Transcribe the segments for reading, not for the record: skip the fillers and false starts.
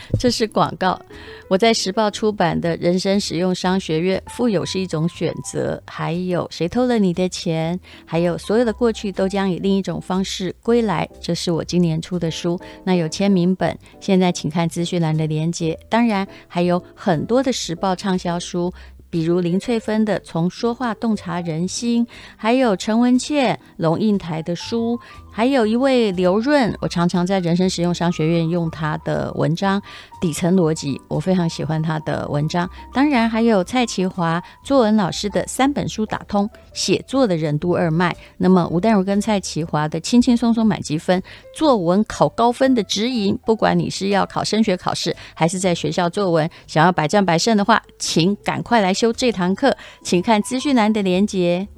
这是广告。我在时报出版的人生实用商学院，富有是一种选择，还有谁偷了你的钱，还有所有的过去都将以另一种方式归来，这是我今年出的书。那有签名本，现在请看资讯栏的连结。当然还有很多的时报畅销书，比如林翠芬的《从说话洞察人心》，还有陈文茜、龙应台的书，还有一位刘润，我常常在人生实用商学院用他的文章《底层逻辑》，我非常喜欢他的文章。当然还有蔡其华作文老师的3本书打通写作的任督二脉。那么吴淡如跟蔡其华的轻轻松松满积分作文考高分的指引，不管你是要考升学考试还是在学校作文想要百战百胜的话，请赶快来修这堂课，请看资讯栏的连结。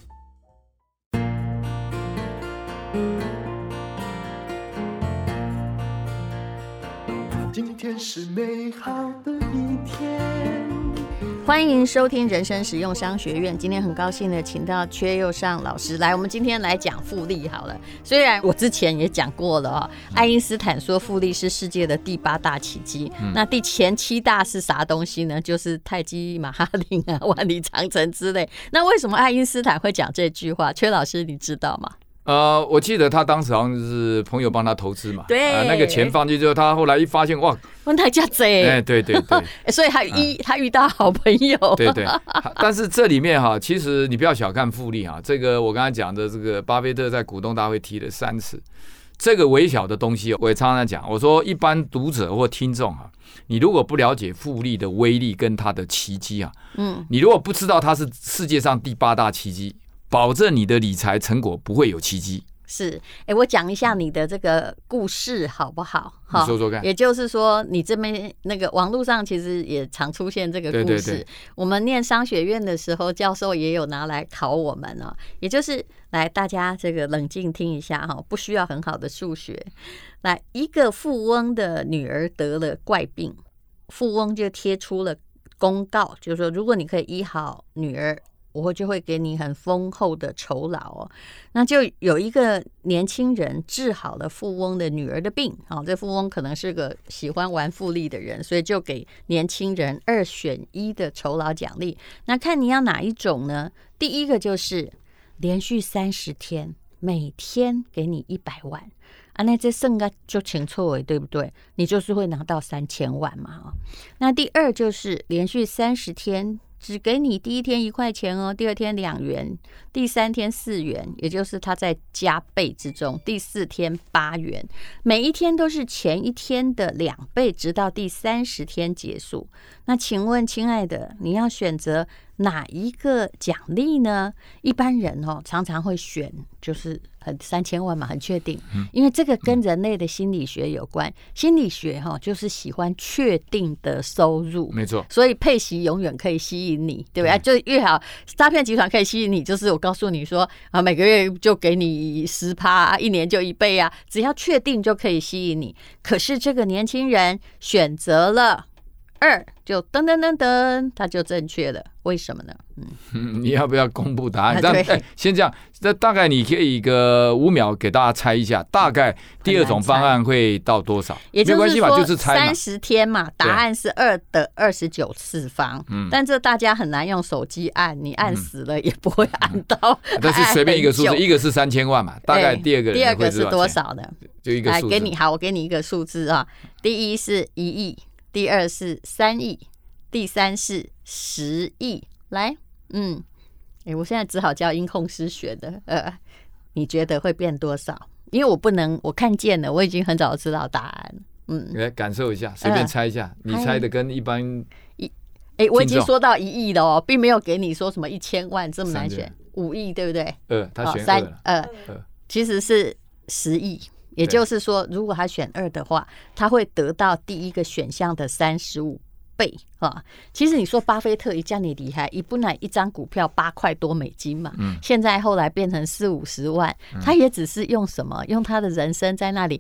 今天是美好的一天。 欢迎收听人生实用商学院，今天很高兴的请到阙佑尚老师来，我们今天来讲复利好了。虽然我之前也讲过了爱因斯坦说复利是世界的第8大奇迹，那前7大是啥东西呢？就是泰姬玛哈陵啊、万里长城之类。那为什么爱因斯坦会讲这句话？阙老师你知道吗？ 我记得他当时好像是朋友帮他投资嘛， 对， 那个钱放进去之后，他后来一发现哇， 问太价贼， 对对对， 所以他遇到好朋友， 对对。但是这里面其实你不要小看复利这个我刚才讲的这个巴菲特在股东大会提了3次，这个微小的东西，我也常常讲，我说一般读者或听众你如果不了解复利的威力跟它的奇迹你如果不知道它是世界上第8大奇迹，保证你的理财成果不会有奇迹。 是，我讲一下你的这个故事好不好？ 你说说看。 也就是说，你这边那个网络上其实也常出现这个故事。对对对，我们念商学院的时候，教授也有拿来考我们也就是来大家这个冷静听一下不需要很好的数学。来，一个富翁的女儿得了怪病，富翁就贴出了公告，就是说如果你可以医好女儿，我就会给你很丰厚的酬劳那就有一个年轻人治好了富翁的女儿的病这富翁可能是个喜欢玩复利的人，所以就给年轻人2选1的酬劳奖励。那看你要哪一种呢？第一个就是连续30天，每天给你100万那这算个就清楚对不对？你就是会拿到3000万嘛那第二就是连续30天只给你第一天1块钱第二天2元，第3天4元，也就是它在加倍之中，第4天8元，每一天都是前一天的2倍，直到第30天结束。那请问亲爱的，你要选择哪一个奖励呢？一般人常常会选就是3000万嘛，很确定，因为这个跟人类的心理学有关。心理学就是喜欢确定的收入， 没错， 所以配息永远可以吸引你，对不对？就越好，诈骗集团可以吸引你，就是我告诉你说每个月就给你10%，一年就1倍只要确定就可以吸引你。可是这个年轻人选择了2，就噔噔噔噔，他就正确了。为什么呢？ 你要不要公布答案？先这样，这大概你可以一个5秒给大家猜一下，大概第2种方案会到多少？ 也就是说就是猜 30天嘛，答案是2的29次方。但这大家很难用手机按，你按死了也不会按到。 但是随便一个数字，一个是3000万嘛，大概第二个是多少呢？ 就一个数字。 来给你，好，我给你一个数字第一是1亿，第2是3亿，第3是10亿。来，我现在只好叫音控师学的。你觉得会变多少？因为我不能，我看见了，我已经很早知道答案。 来感受一下，随便猜一下，你猜的跟一般我已经说到1亿了并没有给你说什么1000万这么难选，5亿对不对他选2了其实是10亿。也就是说，如果他选2的话，他会得到第一个选项的35倍其实你说巴菲特一叫你厉害，本来一张股票8块多美金嘛，现在后来变成40-50万，他也只是用什么？用他的人生在那里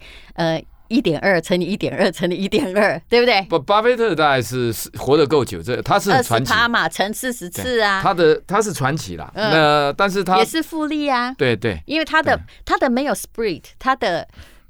1.2乘以1.2乘以1.2，对不对？ 巴菲特大概是活得够久，他是很传奇 20%嘛，乘40次他是传奇啦。但是他也是复利对，因为他的没有 sprint， 他的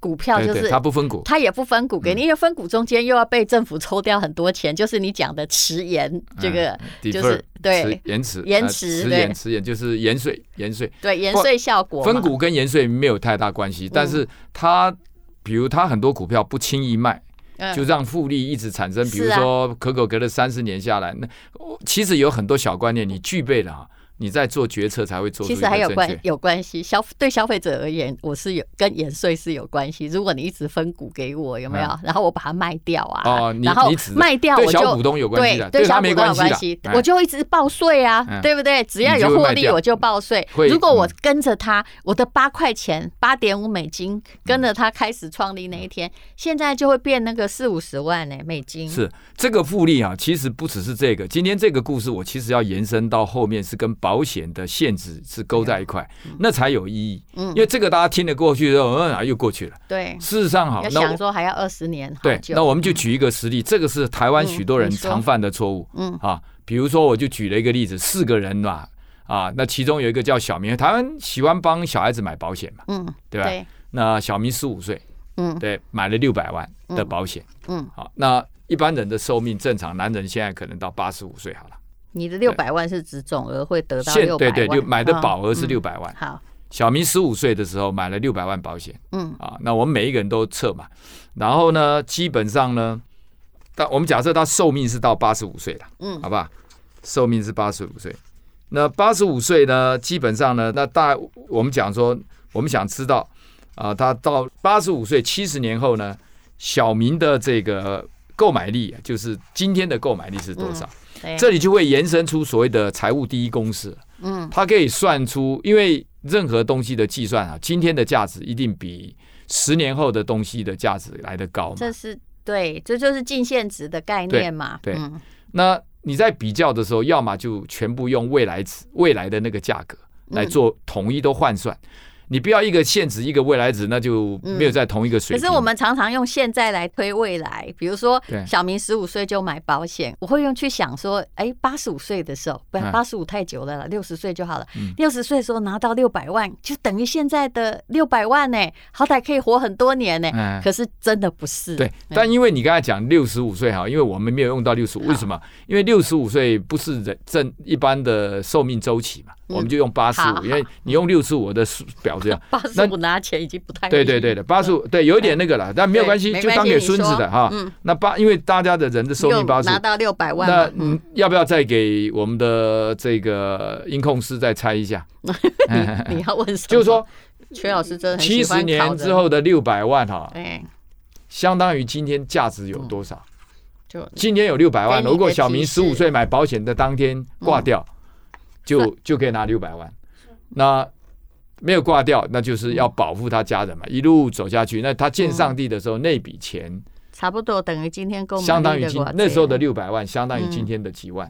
股票就是它不分股， 它也不分股给你，因为分股中间又要被政府抽掉很多钱，就是你讲的迟延，这个就是对延迟就是延税， 对延税效果。 分股跟延税没有太大关系，但是它比如它很多股票不轻易卖。就让复利一直产生，比如说可口可乐30年下来，那其实有很多小观念你具备了，你在做决策才会做出一个正确。 其实还有关系，对消费者而言，我是跟延税是有关系。如果你一直分股给我，有没有？然后我把它卖掉啊，然后卖掉我就对小股东有关系的， 对他没关系的，我就一直报税啊，对不对？只要有获利我就报税。如果我跟着他，我的8块钱$8.5跟着他开始创立那一天，现在就会变那个40-50万美金。 是这个复利啊，其实不只是这个。今天这个故事，我其实要延伸到后面是跟保险的限制是勾在一块，那才有意义。因为这个大家听得过去之后，又过去了。 对， 事实上要想说还要20年。 对，那我们就举一个实例，这个是台湾许多人常犯的错误。比如说我就举了一个例子，4个人嘛，那其中有一个叫小明，台湾喜欢帮小孩子买保险嘛，对吧？对，那小明15岁，对，买了600万的保险，好，那一般人的寿命正常，男人现在可能到85岁好了。 你的600万是指总额会得到600万， 对，买的保额是600万。 好， 小明15岁的时候买了600万保险，那我们每一个人都测嘛，然后呢，基本上呢，我们假设他寿命是到85岁了，好不好？寿命是85岁，那85岁呢，基本上呢，那大概我们讲说，我们想知道他到85岁70年后呢，小明的这个购买力，就是今天的购买力是多少？这里就会延伸出所谓的财务第一公式。它可以算出，因为任何东西的计算今天的价值一定比10年后的东西的价值来得高嘛。 这就是净现值的概念嘛。对， 那你在比较的时候，要么就全部用未来的那个价格来做统一都换算。你不要一个现值一个未来值，那就没有在同一个水平。 可是我们常常用现在来推未来，比如说小明15岁就买保险，我会用去想说，85岁的时候，不，85太久了，60岁就好了。60岁的时候拿到600万，就等于现在的600万呢，好歹可以活很多年呢。可是真的不是。对， 但因为你刚才讲65岁哈，因为我们没有用到65，为什么？因为65岁不是一般的寿命周期嘛。我们就用85，因为你用65的表这样 ，85拿钱已经不太对的，85对有一点那个了，但没有关系，就当给孙子的哈。那因为大家的人的寿命85， 拿到600万， 那要不要再给我们的这个音控师再猜一下？ 你要问什么？ 就是说， 邱老师真的很喜欢 70年之后的600万哈，相当于今天价值有多少？今天有600万，如果小明15岁买保险的当天挂掉。就可以拿600万，那没有挂掉，那就是要保护他家人嘛，一路走下去。那他见上帝的时候，那笔钱差不多等于今天购买力的相当于那时候的600万，相当于今天的几万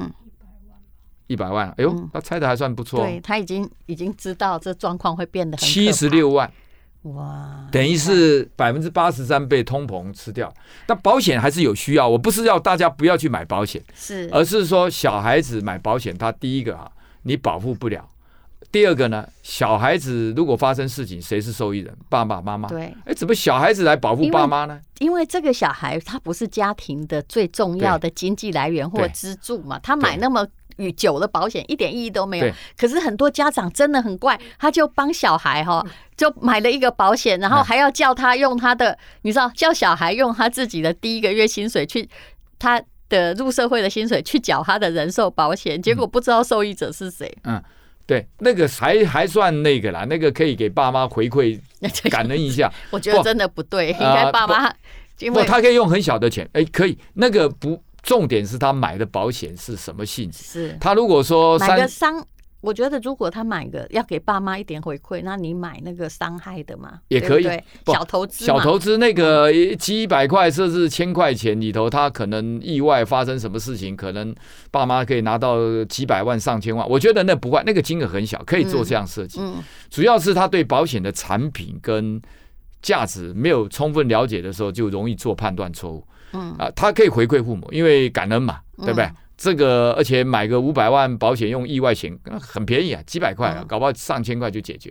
，100万。哎呦，他猜的还算不错。 对，他已经知道这状况会变得很 76万。 哇， 等于是83%被通膨吃掉，但保险还是有需要。我不是要大家不要去买保险，而是说小孩子买保险，他第一个你保护不了，第二个呢，小孩子如果发生事情，谁是受益人？爸爸妈妈。对，怎么小孩子来保护爸妈呢？ 因为这个小孩他不是家庭的最重要的经济来源或支柱嘛，他买那么久的保险一点意义都没有。可是很多家长真的很怪，他就帮小孩就买了一个保险，然后还要叫他用他的，你知道，叫小孩用他自己的第1个月薪水去他的入社会的薪水去缴他的人寿保险，结果不知道受益者是谁。 对，那个还算那个啦，那个可以给爸妈回馈感恩一下。 我觉得真的不对，应该爸妈他可以用很小的钱，可以，那个不。重点是他买的保险是什么性质？是他如果说买个我觉得如果他买个要给爸妈一点回馈，那你买那个伤害的嘛，也可以，对不对？小投资那个几百块甚至1000块钱里头，他可能意外发生什么事情，可能爸妈可以拿到几百万上千万，我觉得那不坏，那个金额很小，可以做这样设计。主要是他对保险的产品跟价值没有充分了解的时候，就容易做判断错误。他可以回馈父母，因为感恩嘛，对不对？这个而且买个500万保险用意外险很便宜啊，几百块搞不好上千块就解决了。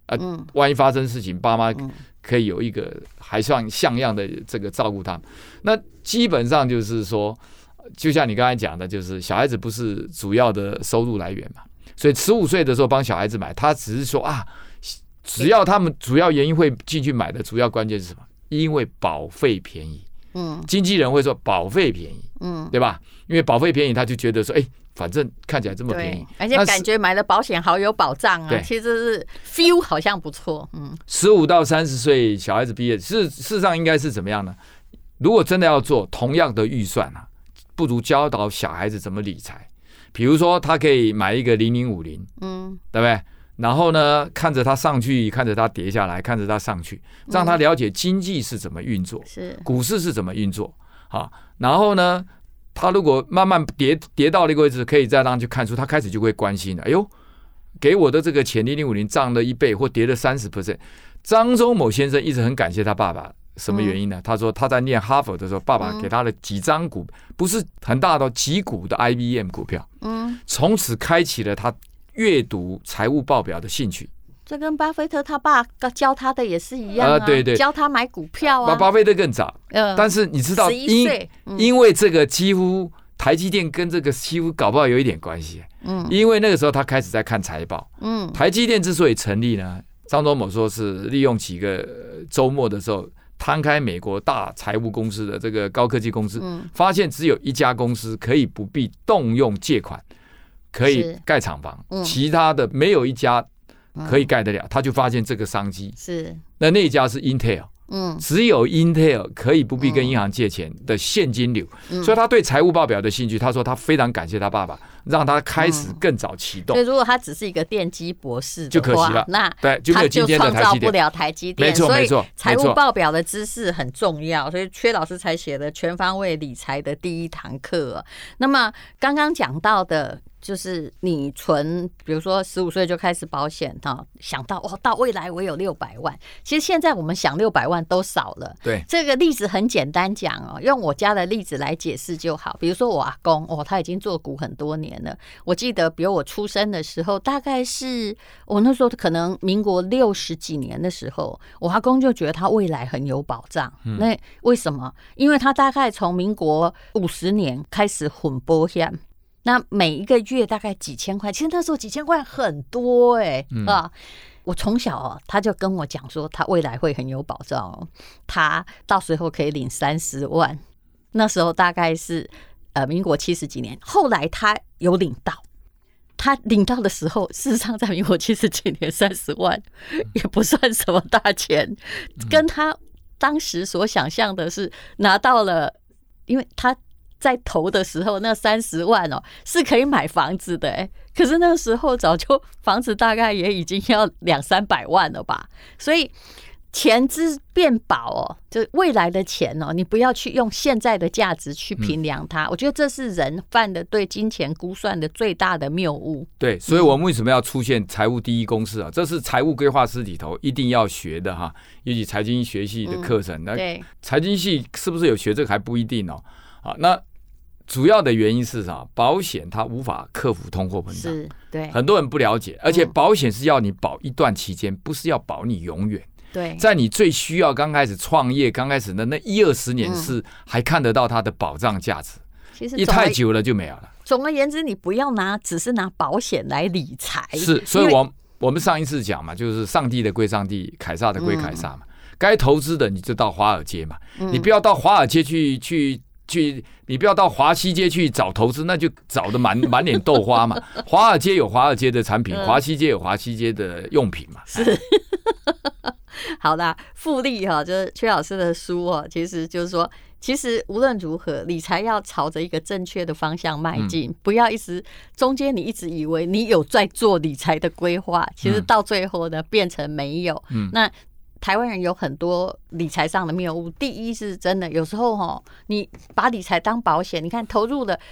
万一发生事情，爸妈可以有一个还算像样的这个照顾他们。那基本上就是说，就像你刚才讲的，就是小孩子不是主要的收入来源嘛，所以15岁的时候帮小孩子买，他只是说啊，只要他们主要原因会进去买的主要关键是什么？因为保费便宜。经纪人会说保费便宜，对吧？因为保费便宜，他就觉得说，反正看起来这么便宜， 而且感觉买了保险好有保障啊。其实是 feel 好像不错。 15到30岁小孩子毕业，事实上应该是怎么样呢？如果真的要做同样的预算啊，不如教导小孩子怎么理财。比如说，他可以买一个0050，对不对？然后呢，看着它上去，看着它跌下来，看着它上去，让他了解经济是怎么运作，股市是怎么运作。好，然后呢，他如果慢慢跌到那个位置，可以再让他去看书，他开始就会关心了。哎呦，给我的这个钱0050涨了1倍，或跌了30%。张忠谋先生一直很感谢他爸爸，什么原因呢？他说他在念哈佛的时候，爸爸给他了几张股，不是很大的几股的 IBM 股票，从此开启了他阅读财务报表的兴趣。 这跟巴菲特他爸教他的也是一样啊， 对， 教他买股票啊。 巴菲特更早，但是你知道，因为这个几乎台积电跟这个几乎搞不好有一点关系。因为那个时候他开始在看财报。台积电之所以成立呢，张忠谋说是利用几个周末的时候，摊开美国大财务公司的这个高科技公司，发现只有一家公司可以不必动用借款，可以盖厂房，其他的没有一家可以盖得了，他就发现这个商机。那一家是 Intel，只有 Intel 可以不必跟银行借钱的现金流，所以他对财务报表的兴趣，他说他非常感谢他爸爸，让他开始更早启动。 所以如果他只是一个电机博士就可惜了， 那对，就没有今天的台积电， 他就创造不了台积电。 没错，没错， 财务报表的知识很重要，所以阙老师才写了全方位理财的第一堂课。那么刚刚讲到的，就是你存，比如说15岁就开始保险，想到到未来我有600万，其实现在我们想600万都少了。 对， 这个例子很简单讲用我家的例子来解释就好。比如说我阿公他已经做股很多年了，我记得比如我出生的时候，大概是我那时候可能民国60几年的时候，我阿公就觉得他未来很有保障。那为什么？因为他大概从民国50年开始混保险。那每一个月大概几千块，其实那时候几千块很多我从小他就跟我讲说，他未来会很有保障他到时候可以领30万。那时候大概是民国70几年，后来他有领到。他领到的时候，事实上在民国70几年30万也不算什么大钱，跟他当时所想象的是拿到了，因为他在投的时候那30万是可以买房子的可是那时候早就房子大概也已经要200-300万了吧，所以钱之变宝就未来的钱你不要去用现在的价值去评量它。我觉得这是人犯的对金钱估算的最大的谬误。 对，所以我们为什么要出现财务第一公式这是财务规划师里头一定要学的尤其财经学系的课程。 对， 财经系是不是有学这个还不一定那主要的原因是啥？保险它无法克服通货膨胀， 对， 很多人不了解，而且保险是要你保一段期间，不是要保你永远。 对， 在你最需要刚开始创业刚开始的那10-20年是还看得到它的保障价值， 其实一太久了就没有了。 总而言之，你不要只是拿保险来理财。 是，所以我们上一次讲嘛，就是上帝的归上帝，凯撒的归凯撒嘛。该投资的你就到华尔街嘛，你不要到华尔街去，你不要到华西街去找投资，那就找的满脸豆花嘛。华尔街有华尔街的产品，华西街有华西街的用品嘛。 是。好啦，复利就是阙老师的书其实就是说，其实无论如何，理财要朝着一个正确的方向迈进，不要中间你一直以为你有在做理财的规划，其实到最后呢变成没有。那台湾人有很多理财上的谬误。第一是真的，有时候你把理财当保险，你看投入了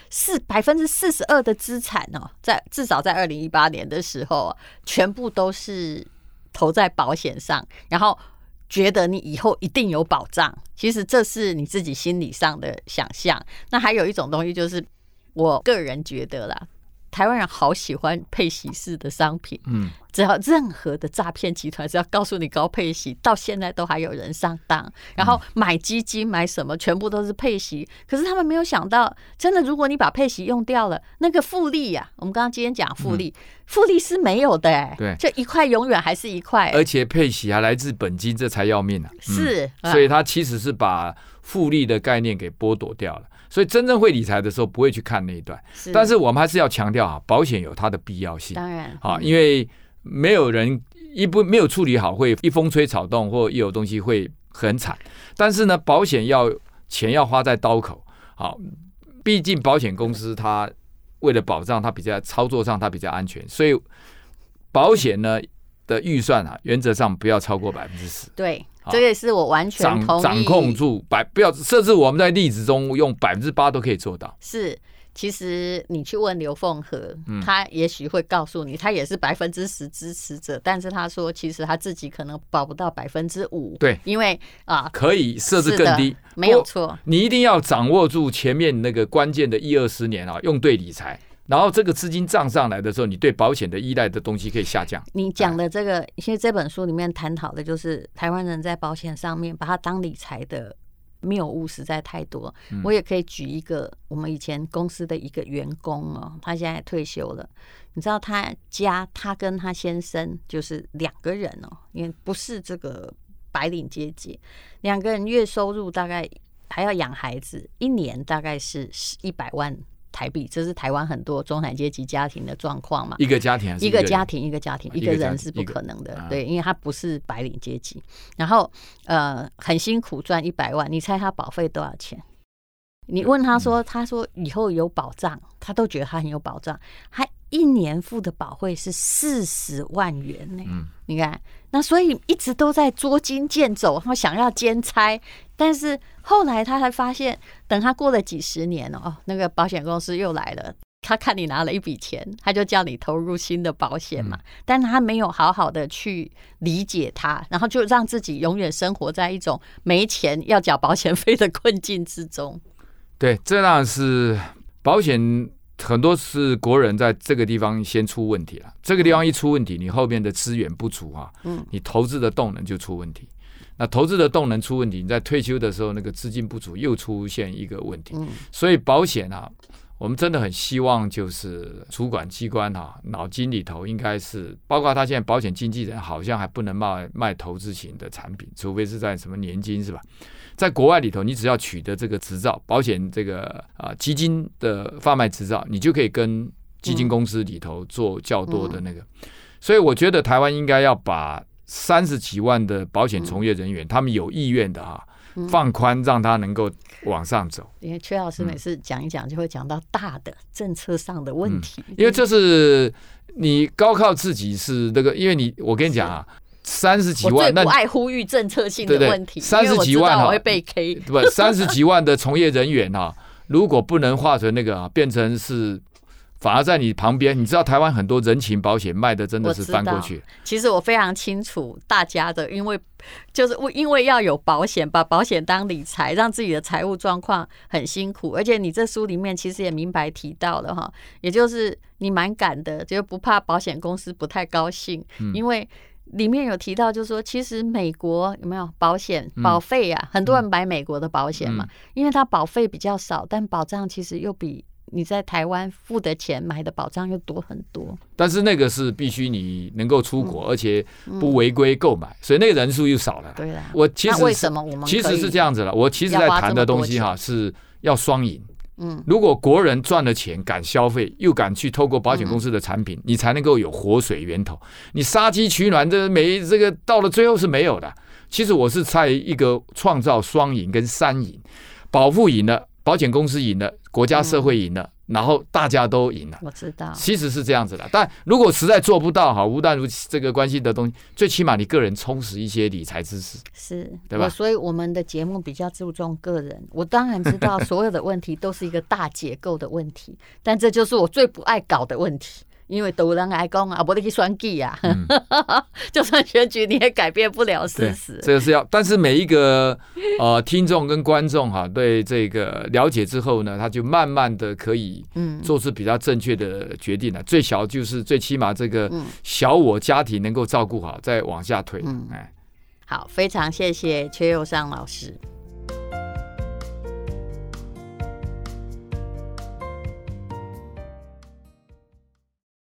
42%的资产至少在2018年的时候，全部都是投在保险上，然后觉得你以后一定有保障。其实这是你自己心理上的想象。那还有一种东西就是我个人觉得啦，台湾人好喜欢配息式的商品， 只要任何的诈骗集团只要告诉你高配息，到现在都还有人上当，然后买基金买什么全部都是配息，可是他们没有想到，真的如果你把配息用掉了，那个复利啊，我们刚刚今天讲复利，复利是没有的对， 就1块永远还是1块， 而且配息还来自本金，这才要命啊！ 是， 所以他其实是把复利的概念给剥夺掉了。所以真正会理财的时候不会去看那一段，但是我们还是要强调啊，保险有它的必要性。 当然啊，因为没有人没有处理好，会一风吹草动，或一有东西会很惨。但是呢，保险钱要花在刀口。好，毕竟保险公司它为了保障它比较操作上它比较安全，所以保险呢的预算啊，原则上不要超过10%。 对。这个是我完全同意， 掌控住不要设置我们在例子中用8%都可以做到。 是，其实你去问刘凤和，他也许会告诉你，他也是10%支持者，但是他说其实他自己可能保不到5%。 对， 因为可以设置更低， 没有错。 你一定要掌握住前面那个关键的10-20年啊，用对理财。然后这个资金涨上来的时候，你对保险的依赖的东西可以下降。 你讲的这个，因为这本书里面探讨的就是台湾人在保险上面把它当理财的谬误实在太多。我也可以举一个我们以前公司的一个员工哦，他现在退休了。你知道他跟他先生就是2个人哦，因为不是这个白领阶级，2个人月收入大概还要养孩子，一年大概是100万台币，这是台湾很多中产阶级家庭的状况嘛？ 一个家庭还是一个家庭，一个人是不可能的，对，因为他不是白领阶级。然后很辛苦赚100万，你猜他保费多少钱？你问他说，他说以后有保障，他都觉得他很有保障。他1年付的保费是40万元呢，你看，那所以一直都在捉襟见肘，他想要兼差，但是后来他才发现，等他过了几十年哦，那个保险公司又来了。他看你拿了一笔钱，他就叫你投入新的保险嘛，但他没有好好的去理解它，然后就让自己永远生活在一种没钱要缴保险费的困境之中。 对，这当然是保险很多是国人在这个地方先出问题了。这个地方一出问题，你后面的资源不足啊，你投资的动能就出问题。那投资的动能出问题，你在退休的时候那个资金不足又出现一个问题。所以保险啊，我们真的很希望就是主管机关啊，脑筋里头应该是包括他现在保险经纪人好像还不能卖投资型的产品，除非是在什么年金是吧？在国外里头，你只要取得这个执照，保险这个基金的贩卖执照，你就可以跟基金公司里头做较多的那个。所以我觉得台湾应该要把30几万的保险从业人员，他们有意愿的放宽，让他能够往上走。因为阙老师每次讲一讲，就会讲到大的政策上的问题。 因为这是你高靠自己是那个，因为我跟你讲啊，30几万， 我最不爱呼吁政策性的问题。 30几万我会被 K。 不，30几万的从业人员如果不能化成那个变成是。反而在你旁边，你知道台湾很多人情保险卖的真的是翻过去。 其实我非常清楚大家的，因为要有保险，把保险当理财，让自己的财务状况很辛苦。而且你这书里面其实也明白提到了哈，也就是你蛮敢的，就不怕保险公司不太高兴，因为里面有提到，就是说其实美国有没有保险保费啊？很多人买美国的保险嘛，因为它保费比较少，但保障其实又比你在台湾付的钱买的保障又多很多。 但是那个是必须你能够出国，而且不违规购买，所以那个人数又少了。 对啦， 那为什么我们其实是这样子了？我其实在谈的东西是要双赢。如果国人赚了钱敢消费，又敢去透过保险公司的产品，你才能够有活水源头。你杀鸡取卵这个到了最后是没有的。其实我是在一个创造双赢跟3赢，保护赢了，保险公司赢了，国家社会赢了，然后大家都赢了。 我知道， 其实是这样子的。但如果实在做不到无但如这个关系的东西，最起码你个人充实一些理财知识， 是对吧？ 所以我们的节目比较注重个人。我当然知道所有的问题都是一个大结构的问题，但这就是我最不爱搞的问题。 因为都有人来讲啊，不你去选举啊，就算选举你也改变不了事实。 这个是要，但是每一个听众跟观众哈，对这个了解之后呢，他就慢慢的可以做出比较正确的决定了。最小就是最起码这个小我家庭能够照顾好，再往下推。 好，非常谢谢阙佑尚老师。